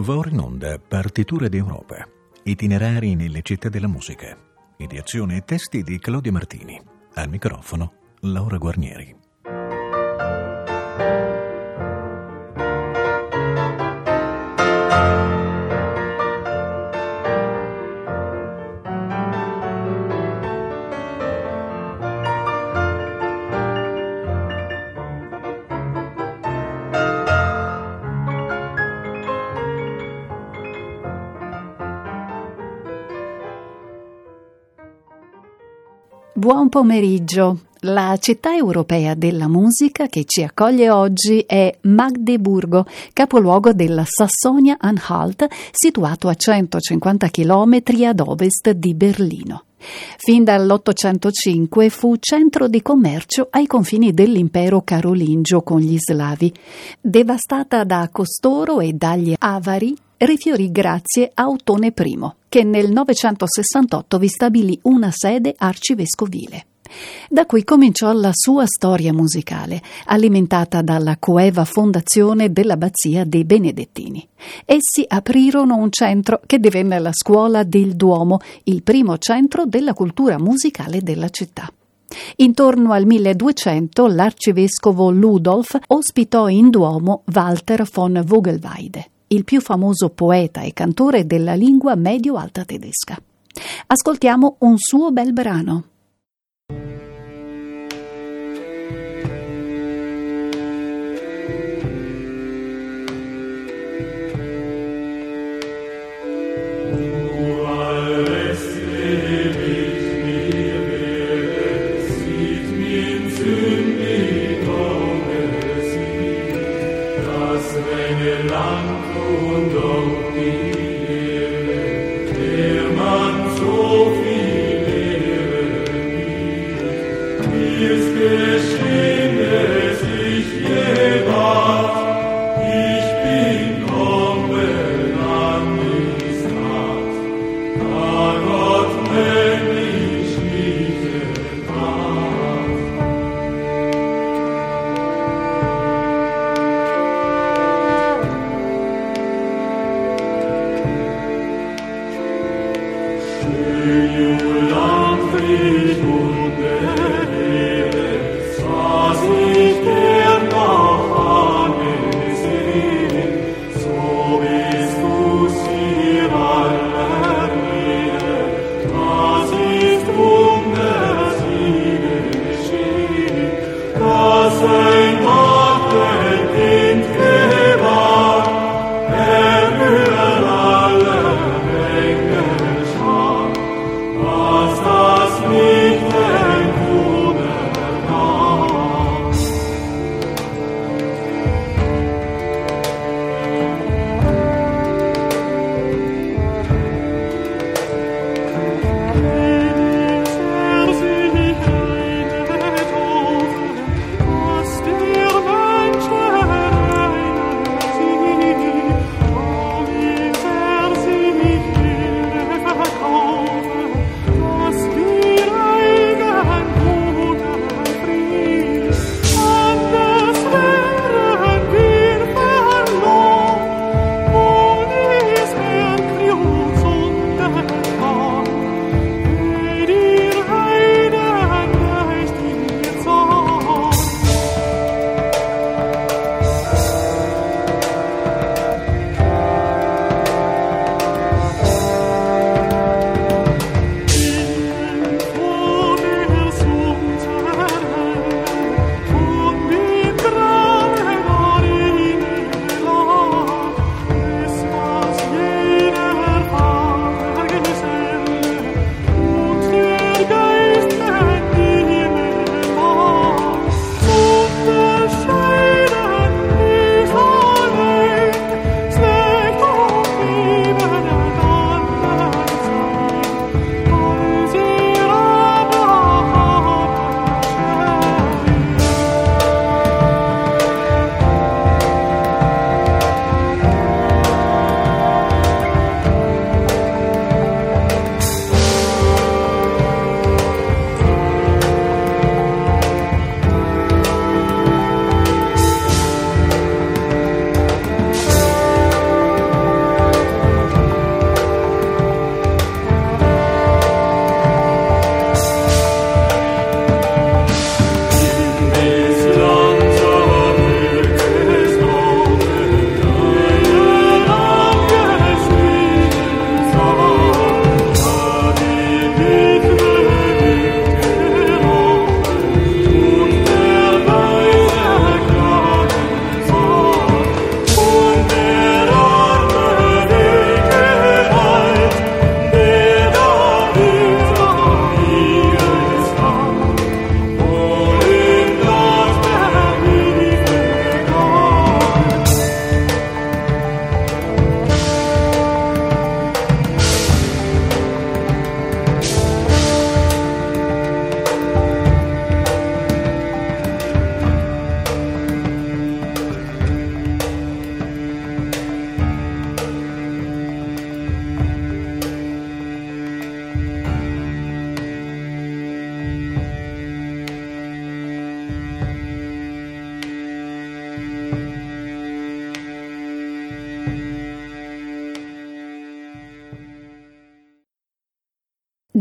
Va ora in onda Partiture d'Europa, itinerari nelle città della musica. Ideazione e testi di Claudio Martini. Al microfono Laura Guarnieri. Buon pomeriggio. La città europea della musica che ci accoglie oggi è Magdeburgo, capoluogo della Sassonia-Anhalt, situato a 150 chilometri ad ovest di Berlino. Fin dall'805 fu centro di commercio ai confini dell'impero carolingio con gli slavi. Devastata da costoro e dagli avari, rifiorì grazie a Ottone I, che nel 968 vi stabilì una sede arcivescovile. Da qui cominciò la sua storia musicale, alimentata dalla coeva fondazione dell'abbazia dei Benedettini. Essi aprirono un centro che divenne la scuola del Duomo, il primo centro della cultura musicale della città. Intorno al 1200 l'arcivescovo Ludolf ospitò in Duomo Walter von Vogelweide, il più famoso poeta e cantore della lingua medio-alta tedesca. Ascoltiamo un suo bel brano.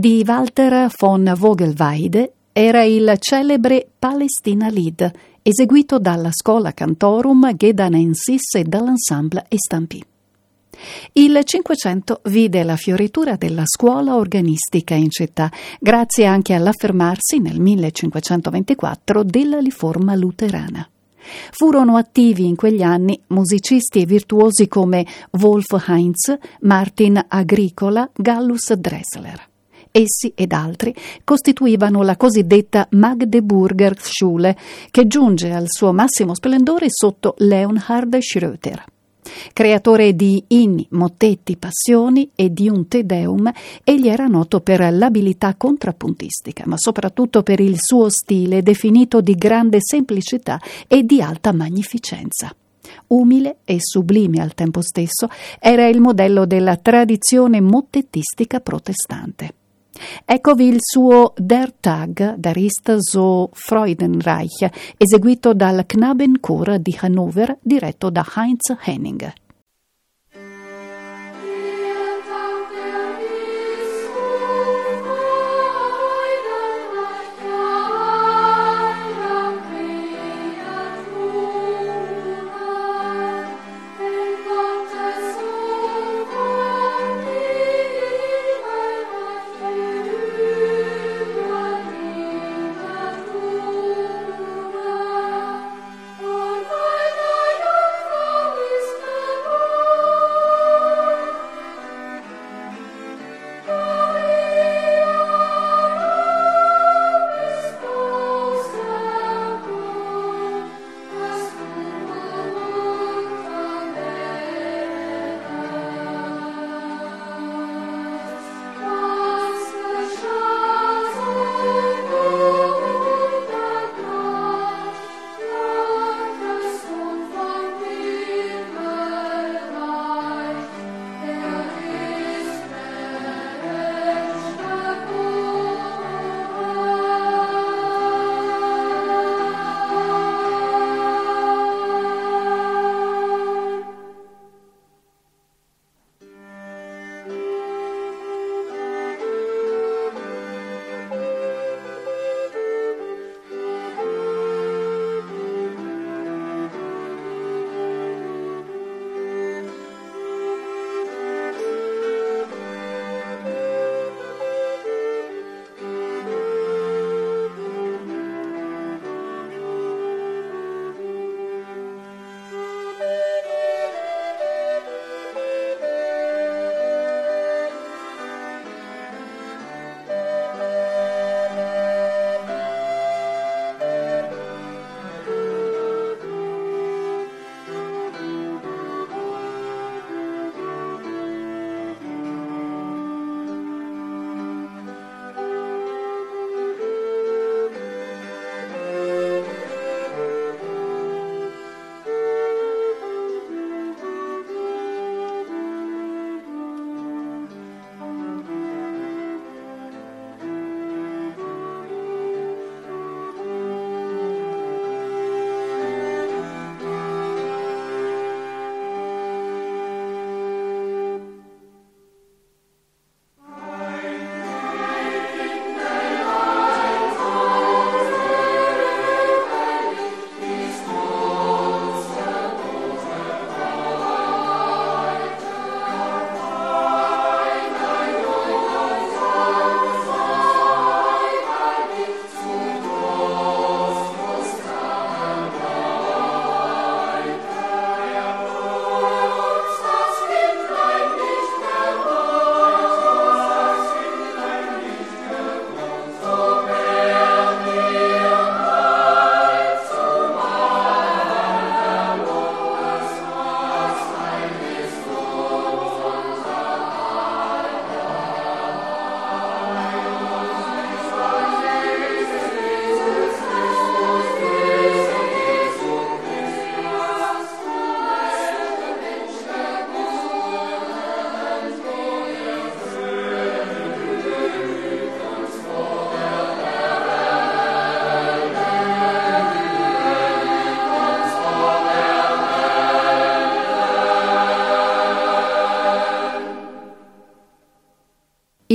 Di Walter von Vogelweide era il celebre Palästina-Lied, eseguito dalla Schola Cantorum Ghedanensis e dall'Ensemble Estampie. Il Cinquecento vide la fioritura della scuola organistica in città, grazie anche all'affermarsi nel 1524 della riforma luterana. Furono attivi in quegli anni musicisti e virtuosi come Wolf Heinz, Martin Agricola, Gallus Dressler. Essi ed altri costituivano la cosiddetta Magdeburger Schule, che giunge al suo massimo splendore sotto Leonhard Schröter. Creatore di inni, mottetti, passioni e di un Te Deum, egli era noto per l'abilità contrappuntistica, ma soprattutto per il suo stile definito di grande semplicità e di alta magnificenza. Umile e sublime al tempo stesso, era il modello della tradizione mottettistica protestante. Eccovi il suo Der Tag, Der ist so freudenreich, eseguito dal Knabenchor di Hannover, diretto da Heinz Henning. Weil deine Jungfrau ist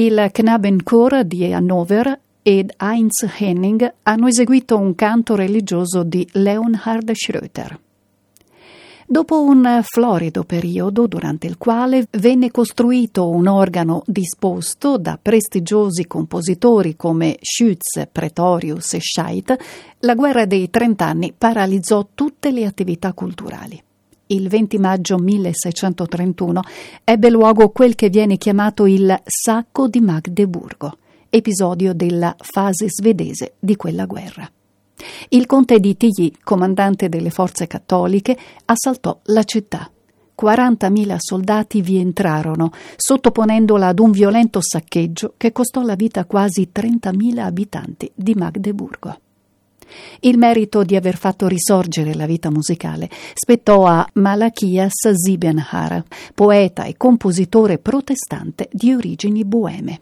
Il Knabenchor di Hannover ed Heinz Henning hanno eseguito un canto religioso di Leonhard Schröter. Dopo un florido periodo durante il quale venne costruito un organo disposto da prestigiosi compositori come Schütz, Pretorius e Scheidt, la guerra dei 30 anni paralizzò tutte le attività culturali. Il 20 maggio 1631 ebbe luogo quel che viene chiamato il Sacco di Magdeburgo, episodio della fase svedese di quella guerra. Il conte di Tilly, comandante delle forze cattoliche, assaltò la città. 40.000 soldati vi entrarono, sottoponendola ad un violento saccheggio che costò la vita a quasi 30.000 abitanti di Magdeburgo. Il merito di aver fatto risorgere la vita musicale spettò a Malachias Siebenhaar, poeta e compositore protestante di origini boeme.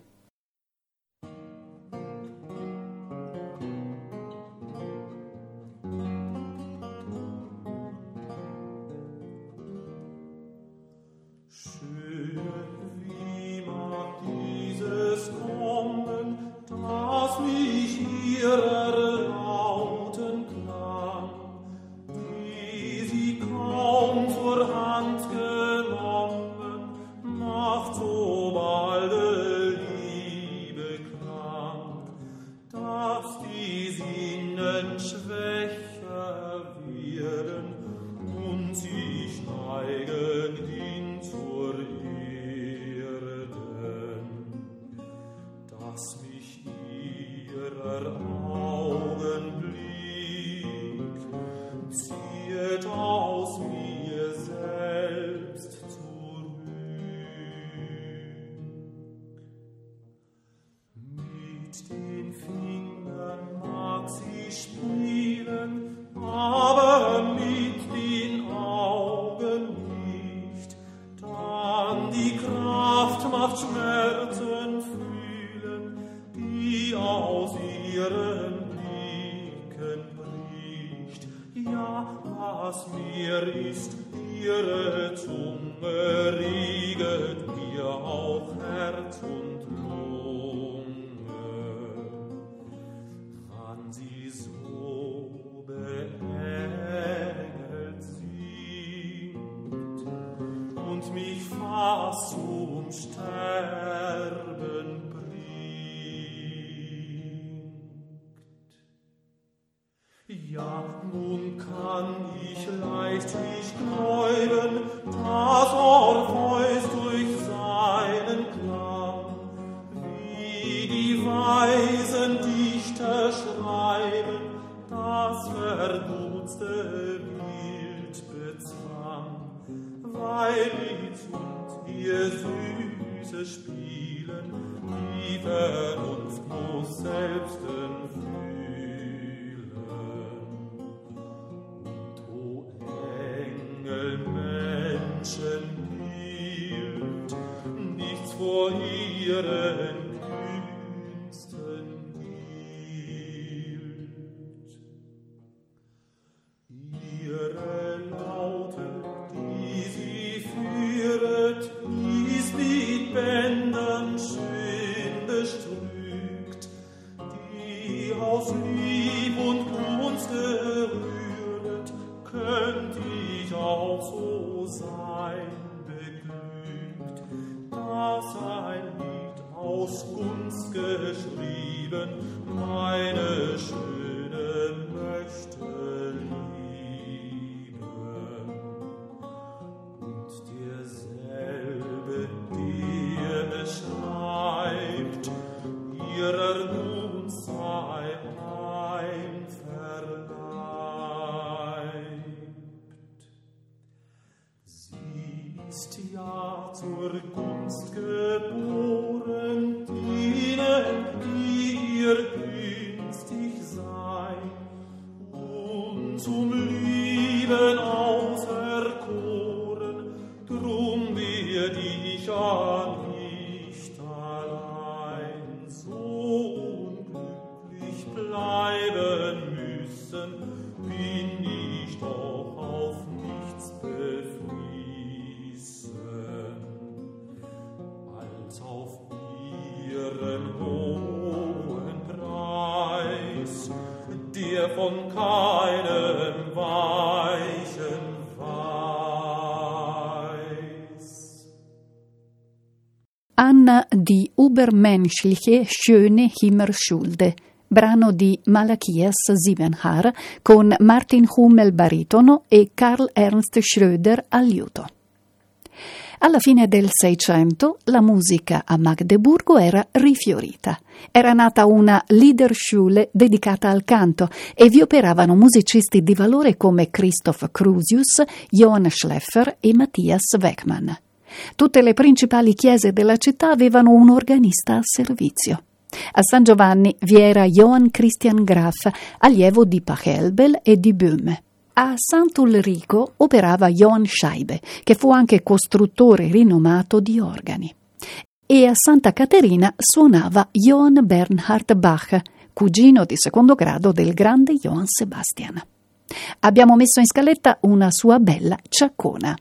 Ja, nun kann ich leichtlich gläuben, dass Orpheus durch seinen Klang, wie die weisen Dichter schreiben, das verdutzte Bild bezwang, weil Lied und ihr Süße spielen, die Vernunft muss selbsten fühlen. Menschenbild, nichts vor ihren Künsten gilt. Ihre Laute, die sie führet, ist mit Bändern schön bestrückt, die aus Lieb und Gunst gerühret, könnt ich auch so sein beglückt, dass ein Lied aus Gunst geschrieben meine Schöne möchte lieben. Und derselbe, der beschreibt, ihrer nun sei ist ja zur Gunst geboren, denen, die ihr günstig sei, und zum Lieben auserkoren, drum werd ich ja nicht allein so unglücklich bleiben müssen, bin ich doch auf nichts beflissen. Als auf con Die übermenschliche schöne Himmelschulde, brano di Malachias Siebenhaar, con Martin Hummel baritono e Karl Ernst Schröder al liuto. Alla fine del Seicento la musica a Magdeburgo era rifiorita. Era nata una Liederschule dedicata al canto e vi operavano musicisti di valore come Christoph Crusius, Johann Schleffer e Matthias Weckmann. Tutte le principali chiese della città avevano un organista a servizio. A San Giovanni vi era Johann Christian Graf, allievo di Pachelbel e di Böhme. A Sant'Ulrico operava Johann Scheibe, che fu anche costruttore rinomato di organi. E a Santa Caterina suonava Johann Bernhard Bach, cugino di secondo grado del grande Johann Sebastian. Abbiamo messo in scaletta una sua bella ciaccona.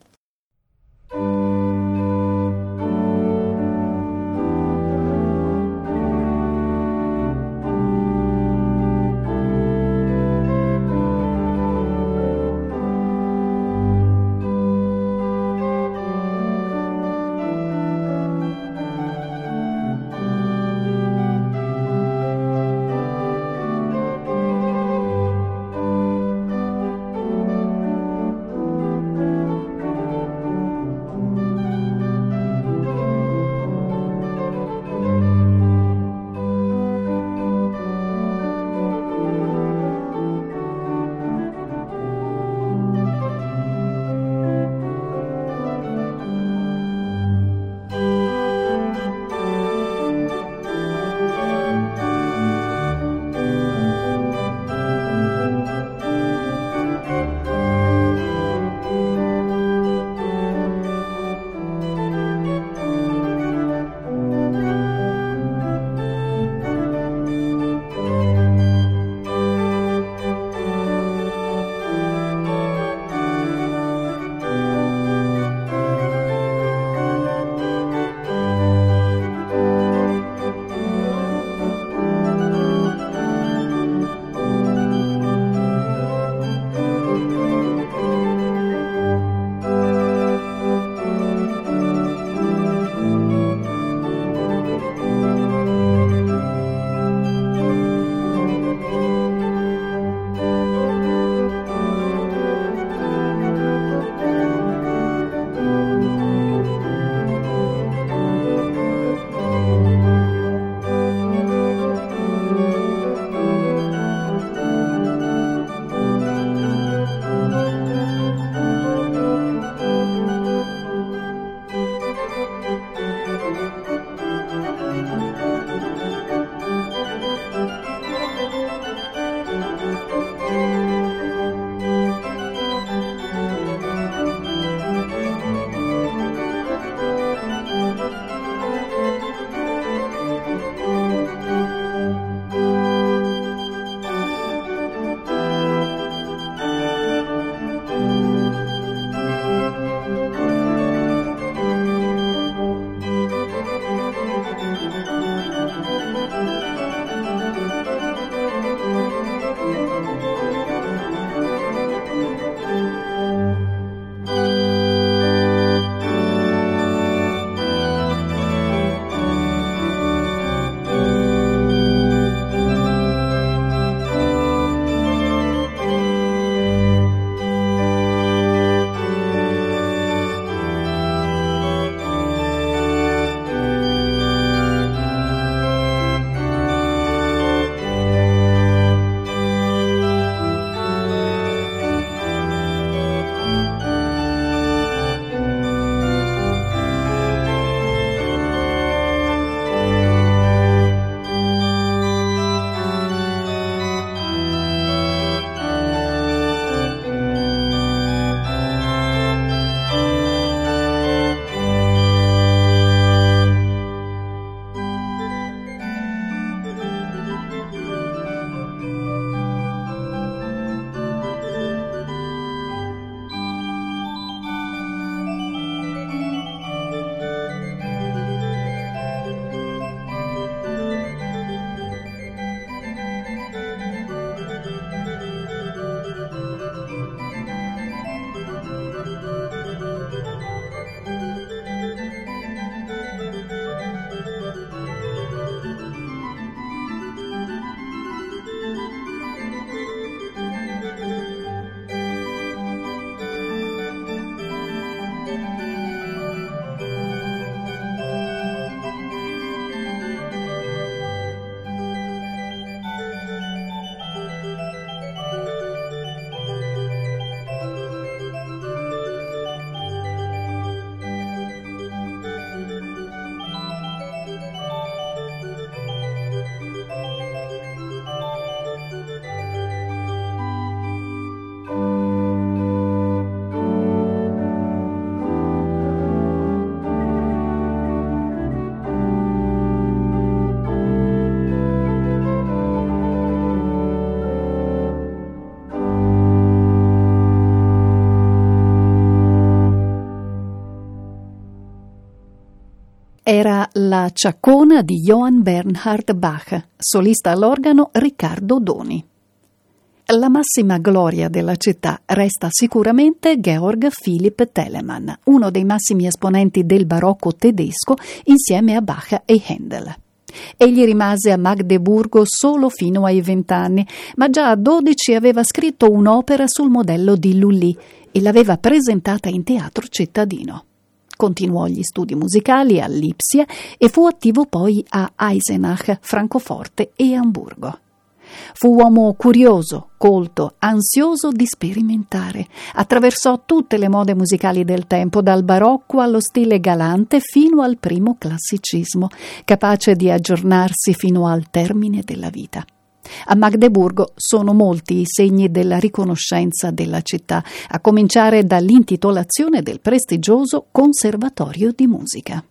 Era la Ciaccona di Johann Bernhard Bach, solista all'organo Riccardo Doni. La massima gloria della città resta sicuramente Georg Philipp Telemann, uno dei massimi esponenti del barocco tedesco insieme a Bach e Handel. Egli rimase a Magdeburgo solo fino ai 20 anni, ma già a 12 aveva scritto un'opera sul modello di Lully e l'aveva presentata in teatro cittadino. Continuò gli studi musicali a Lipsia e fu attivo poi a Eisenach, Francoforte e Amburgo. Fu uomo curioso, colto, ansioso di sperimentare. Attraversò tutte le mode musicali del tempo, dal barocco allo stile galante fino al primo classicismo, capace di aggiornarsi fino al termine della vita. A Magdeburgo sono molti i segni della riconoscenza della città, a cominciare dall'intitolazione del prestigioso Conservatorio di Musica.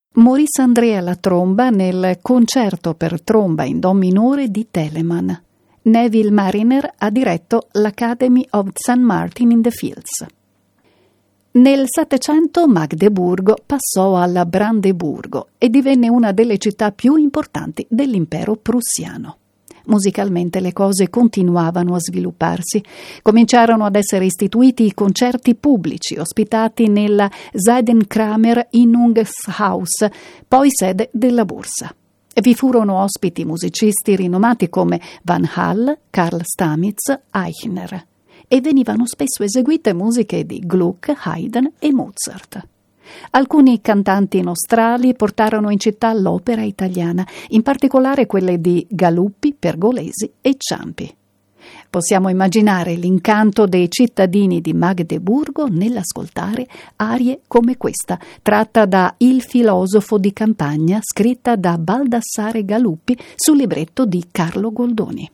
Maurice André alla tromba nel concerto per tromba in do minore di Telemann. Neville Mariner ha diretto l'Academy of St. Martin in the Fields. Nel Settecento Magdeburgo passò alla Brandeburgo e divenne una delle città più importanti dell'impero prussiano. Musicalmente le cose continuavano a svilupparsi. Cominciarono ad essere istituiti i concerti pubblici, ospitati nella Seidenkramer-Innungshaus, poi sede della Borsa. Vi furono ospiti musicisti rinomati come Van Hall, Karl Stamitz, Eichner. E venivano spesso eseguite musiche di Gluck, Haydn e Mozart. Alcuni cantanti nostrali portarono in città l'opera italiana, in particolare quelle di Galuppi, Pergolesi e Ciampi. Possiamo immaginare l'incanto dei cittadini di Magdeburgo nell'ascoltare arie come questa, tratta da Il filosofo di campagna, scritta da Baldassare Galuppi sul libretto di Carlo Goldoni.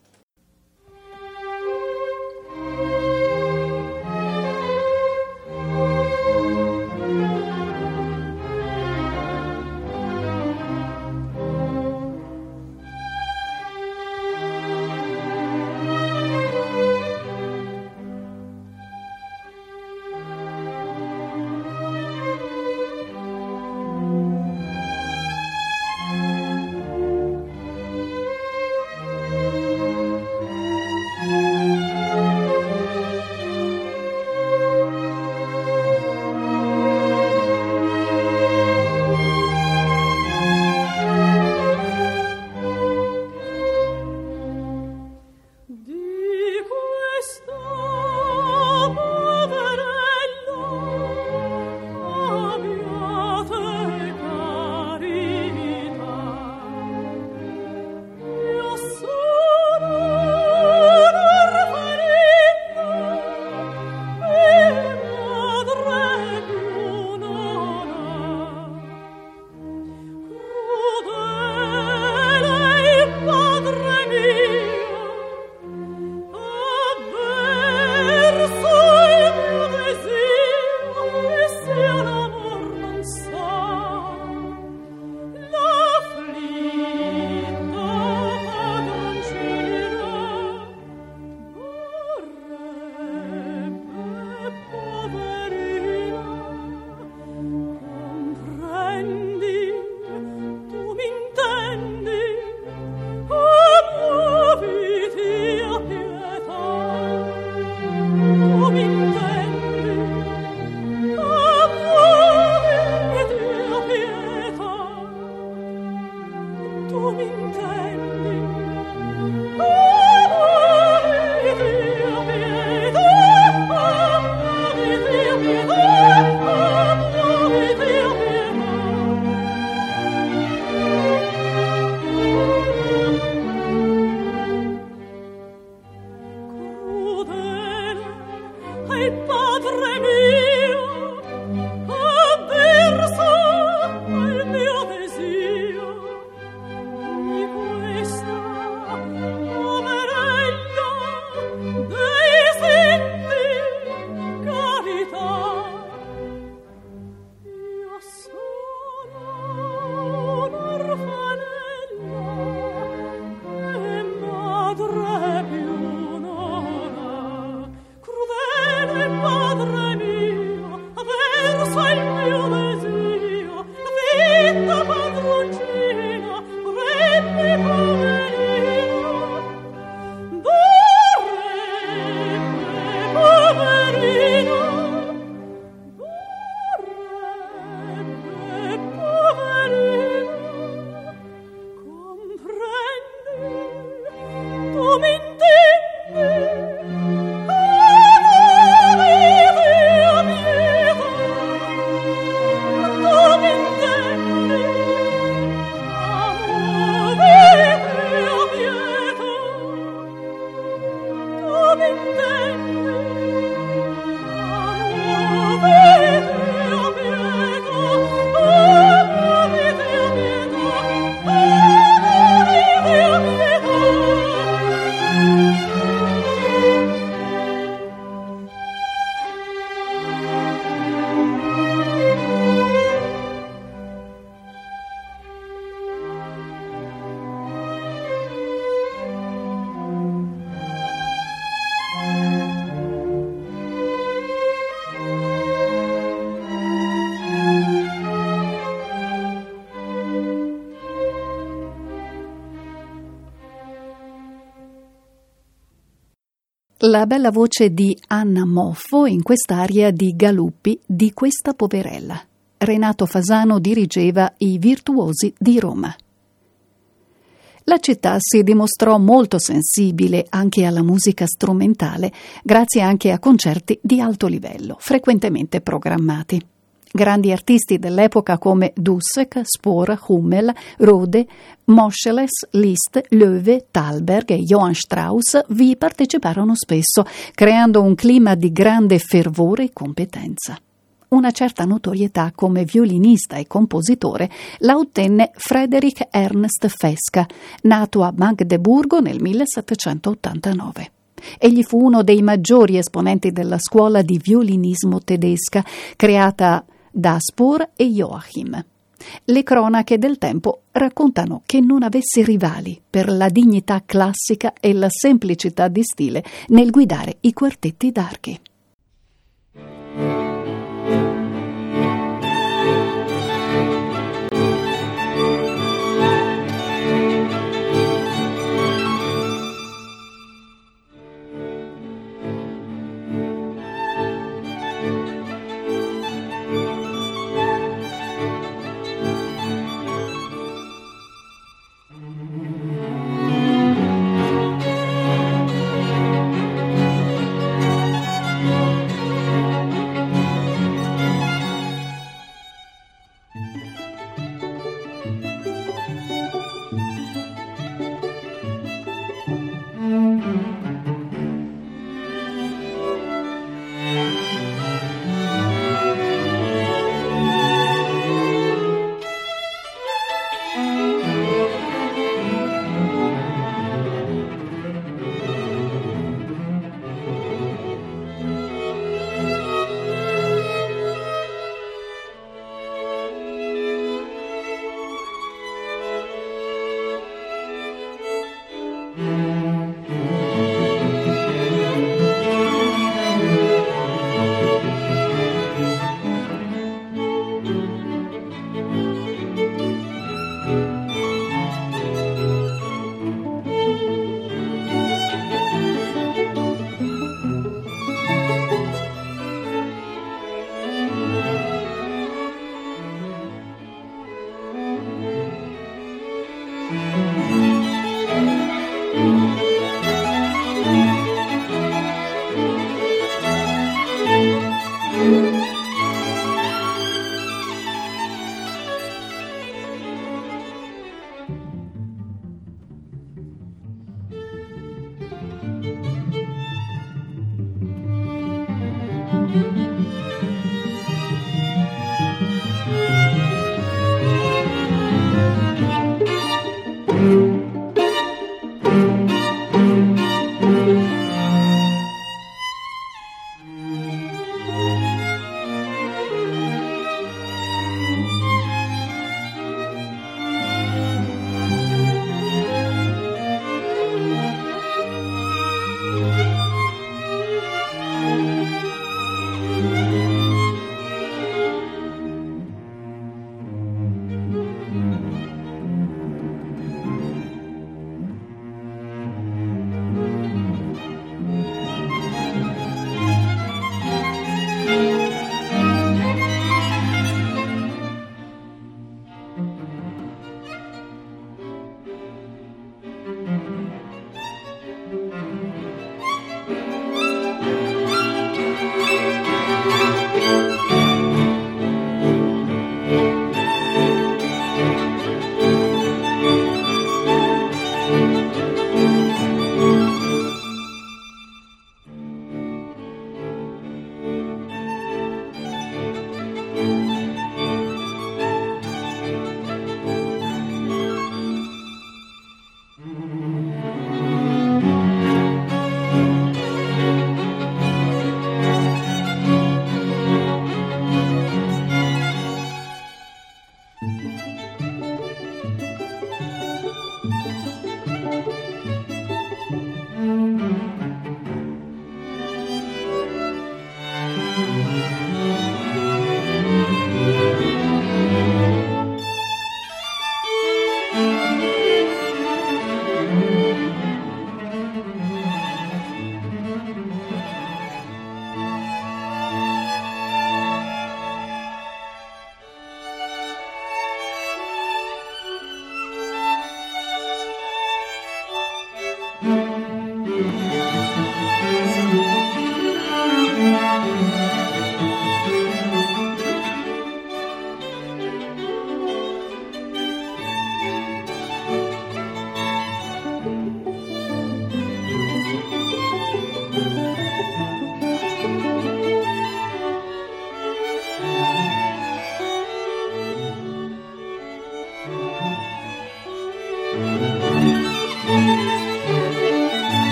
La bella voce di Anna Moffo in quest'aria di Galuppi di Questa poverella. Renato Fasano dirigeva I Virtuosi di Roma. La città si dimostrò molto sensibile anche alla musica strumentale, grazie anche a concerti di alto livello, frequentemente programmati. Grandi artisti dell'epoca come Dussek, Spohr, Hummel, Rode, Moscheles, Liszt, Loewe, Thalberg e Johann Strauss vi parteciparono spesso, creando un clima di grande fervore e competenza. Una certa notorietà come violinista e compositore la ottenne Friedrich Ernst Fesca, nato a Magdeburgo nel 1789. Egli fu uno dei maggiori esponenti della scuola di violinismo tedesca, creata da Spohr e Joachim. Le cronache del tempo raccontano che non avesse rivali per la dignità classica e la semplicità di stile nel guidare i quartetti d'archi.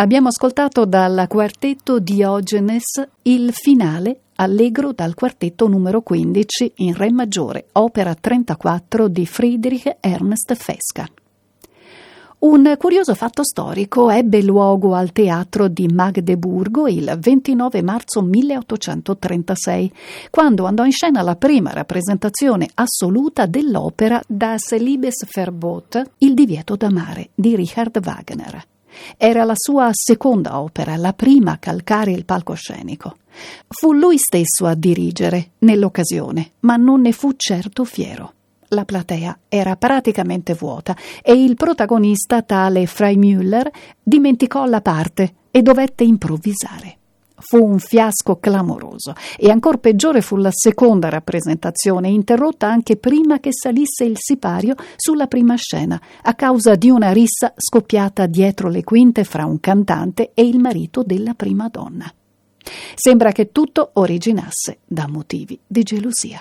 Abbiamo ascoltato dal quartetto Diogenes il finale allegro dal quartetto numero 15 in re maggiore, opera 34 di Friedrich Ernst Fesca. Un curioso fatto storico ebbe luogo al teatro di Magdeburgo il 29 marzo 1836, quando andò in scena la prima rappresentazione assoluta dell'opera Das Liebesverbot, Il divieto d'amare, di Richard Wagner. Era la sua seconda opera, la prima a calcare il palcoscenico. Fu lui stesso a dirigere nell'occasione, ma non ne fu certo fiero. La platea era praticamente vuota e il protagonista, tale Freimüller, dimenticò la parte e dovette improvvisare. Fu un fiasco clamoroso e ancor peggiore fu la seconda rappresentazione, interrotta anche prima che salisse il sipario sulla prima scena, a causa di una rissa scoppiata dietro le quinte fra un cantante e il marito della prima donna. Sembra che tutto originasse da motivi di gelosia.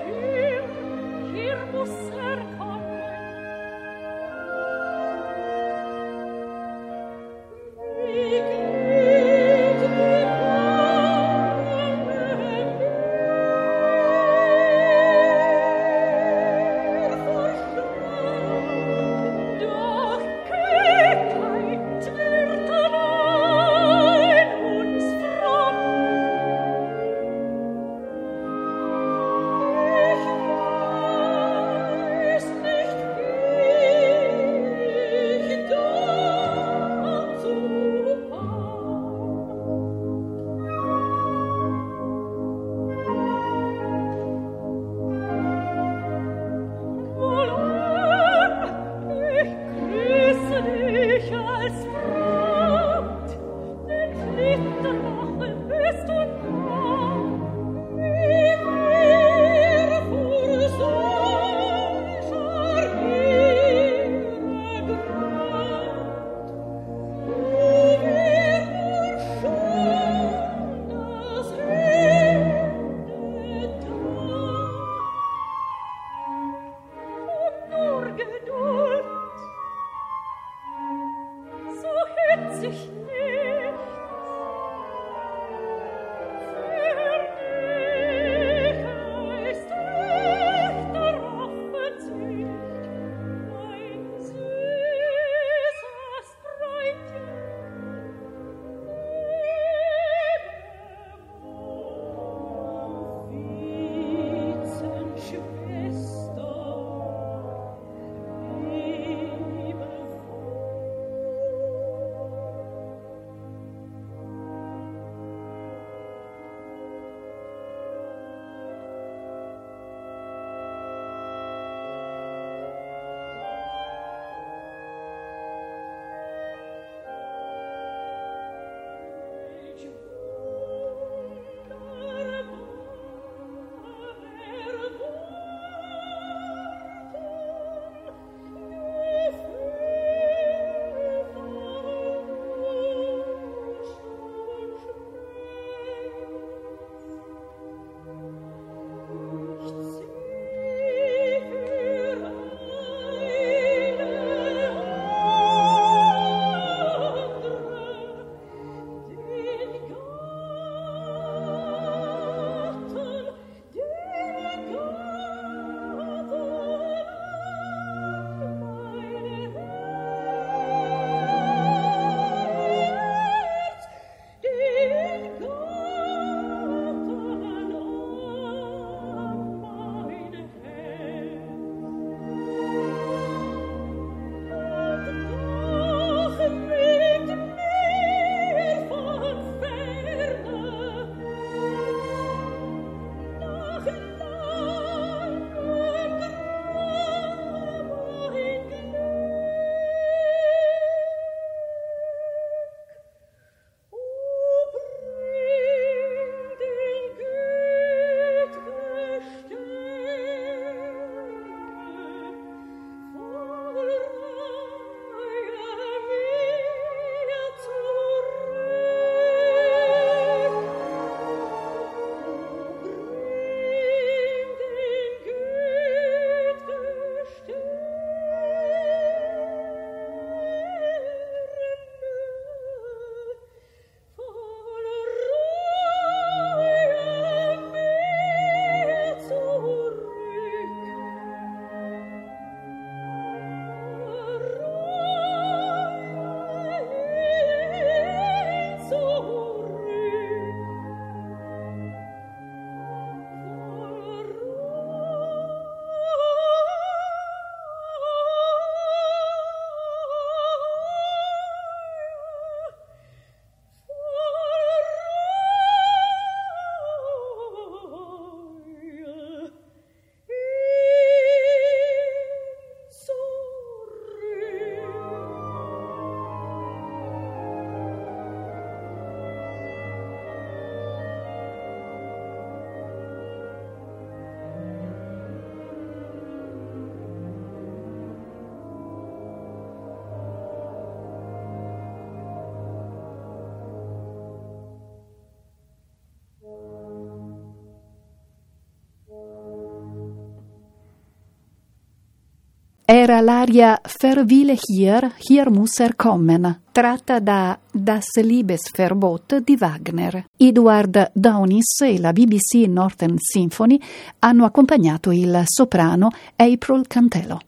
Hier muss kommen. era l'aria Verwille hier muss kommen, tratta da Das Liebesverbot di Wagner. Edward Downes e la BBC Northern Symphony hanno accompagnato il soprano April Cantello.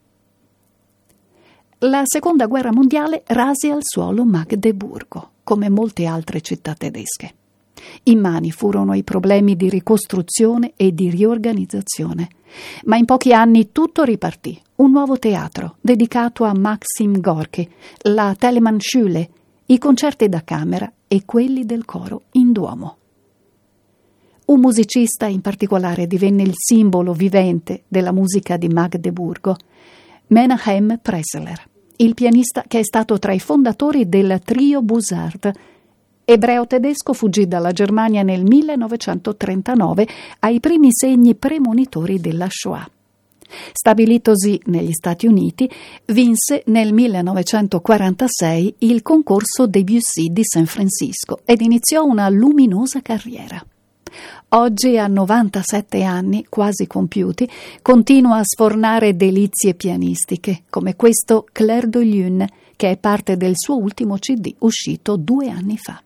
La Seconda Guerra Mondiale rase al suolo Magdeburgo, come molte altre città tedesche. Immani furono i problemi di ricostruzione e di riorganizzazione, ma in pochi anni tutto ripartì. Un nuovo teatro dedicato a Maxim Gorky, la Telemann-Schule, i concerti da camera e quelli del coro in Duomo. Un musicista in particolare divenne il simbolo vivente della musica di Magdeburgo, Menahem Pressler, il pianista che è stato tra i fondatori del trio Bussard. Ebreo tedesco, fuggì dalla Germania nel 1939 ai primi segni premonitori della Shoah. Stabilitosi negli Stati Uniti, vinse nel 1946 il concorso Debussy di San Francisco ed iniziò una luminosa carriera. Oggi, a 97 anni, quasi compiuti, continua a sfornare delizie pianistiche, come questo Clair de Lune, che è parte del suo ultimo CD uscito 2 anni fa.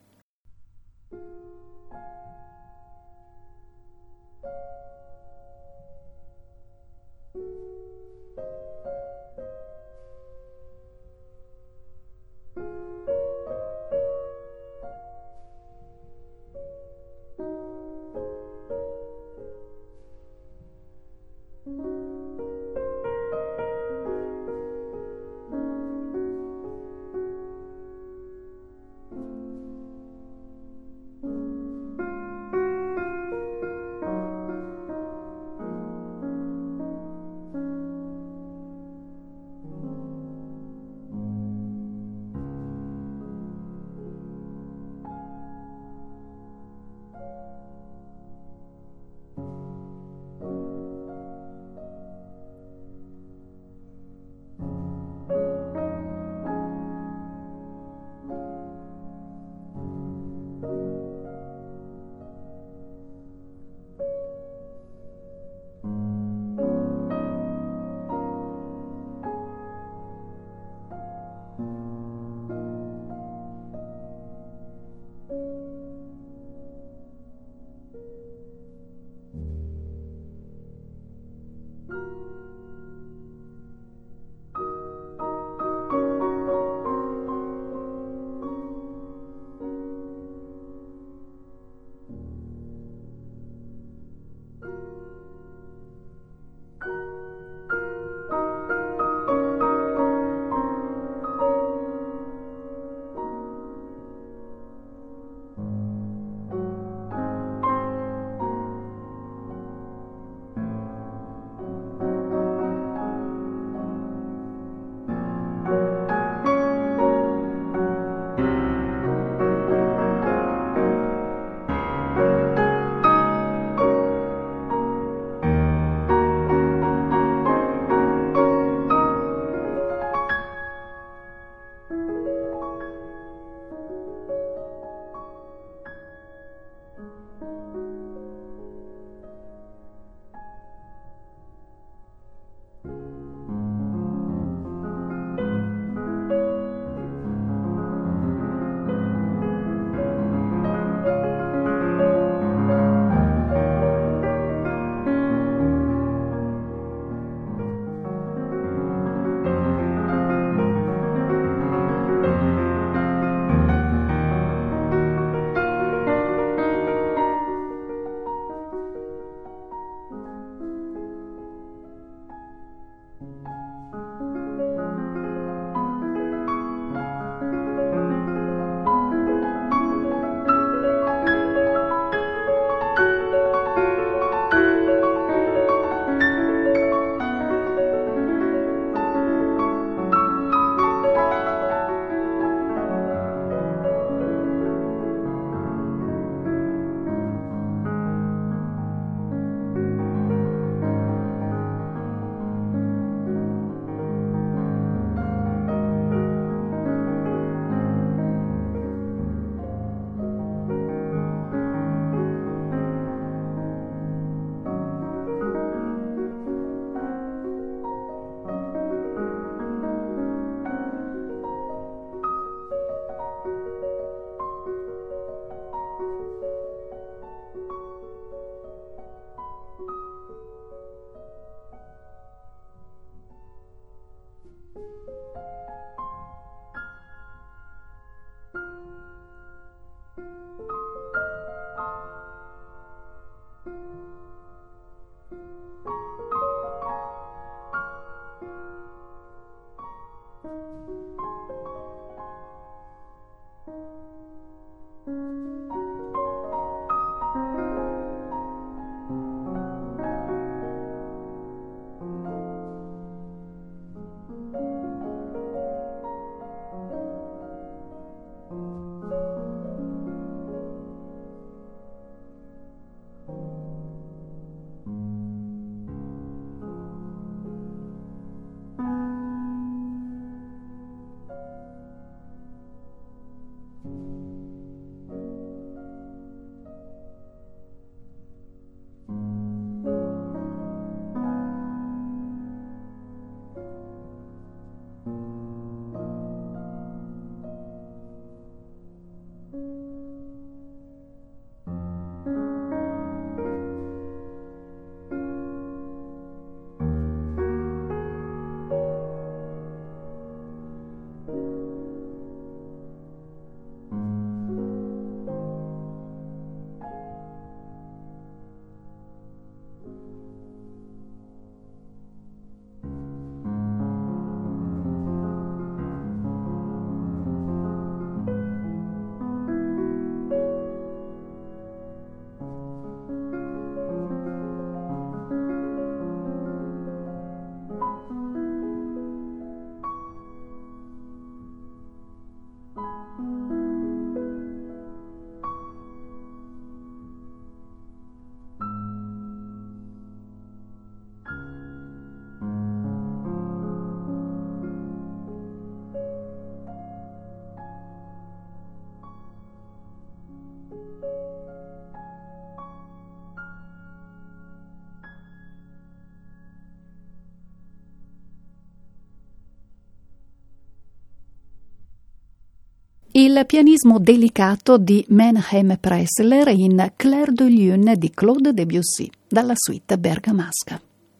Il pianismo delicato di Menahem Pressler in Clair de Lune di Claude Debussy, dalla suite bergamasca.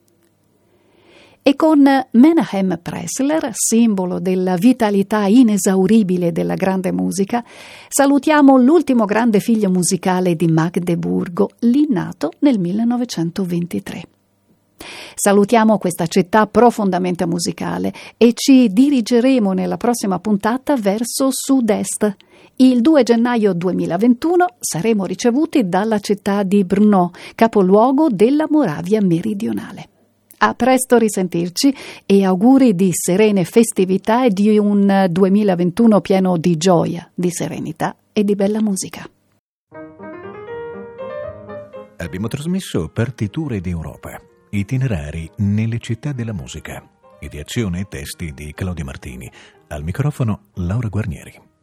E con Menahem Pressler, simbolo della vitalità inesauribile della grande musica, salutiamo l'ultimo grande figlio musicale di Magdeburgo, lì nato nel 1923. Salutiamo questa città profondamente musicale e ci dirigeremo nella prossima puntata verso sud-est. Il 2 gennaio 2021 saremo ricevuti dalla città di Brno, capoluogo della Moravia meridionale. A presto risentirci e auguri di serene festività e di un 2021 pieno di gioia, di serenità e di bella musica. Abbiamo trasmesso Partiture d'Europa, itinerari nelle città della musica, ideazione e testi di Claudia Martini. Al microfono Laura Guarnieri.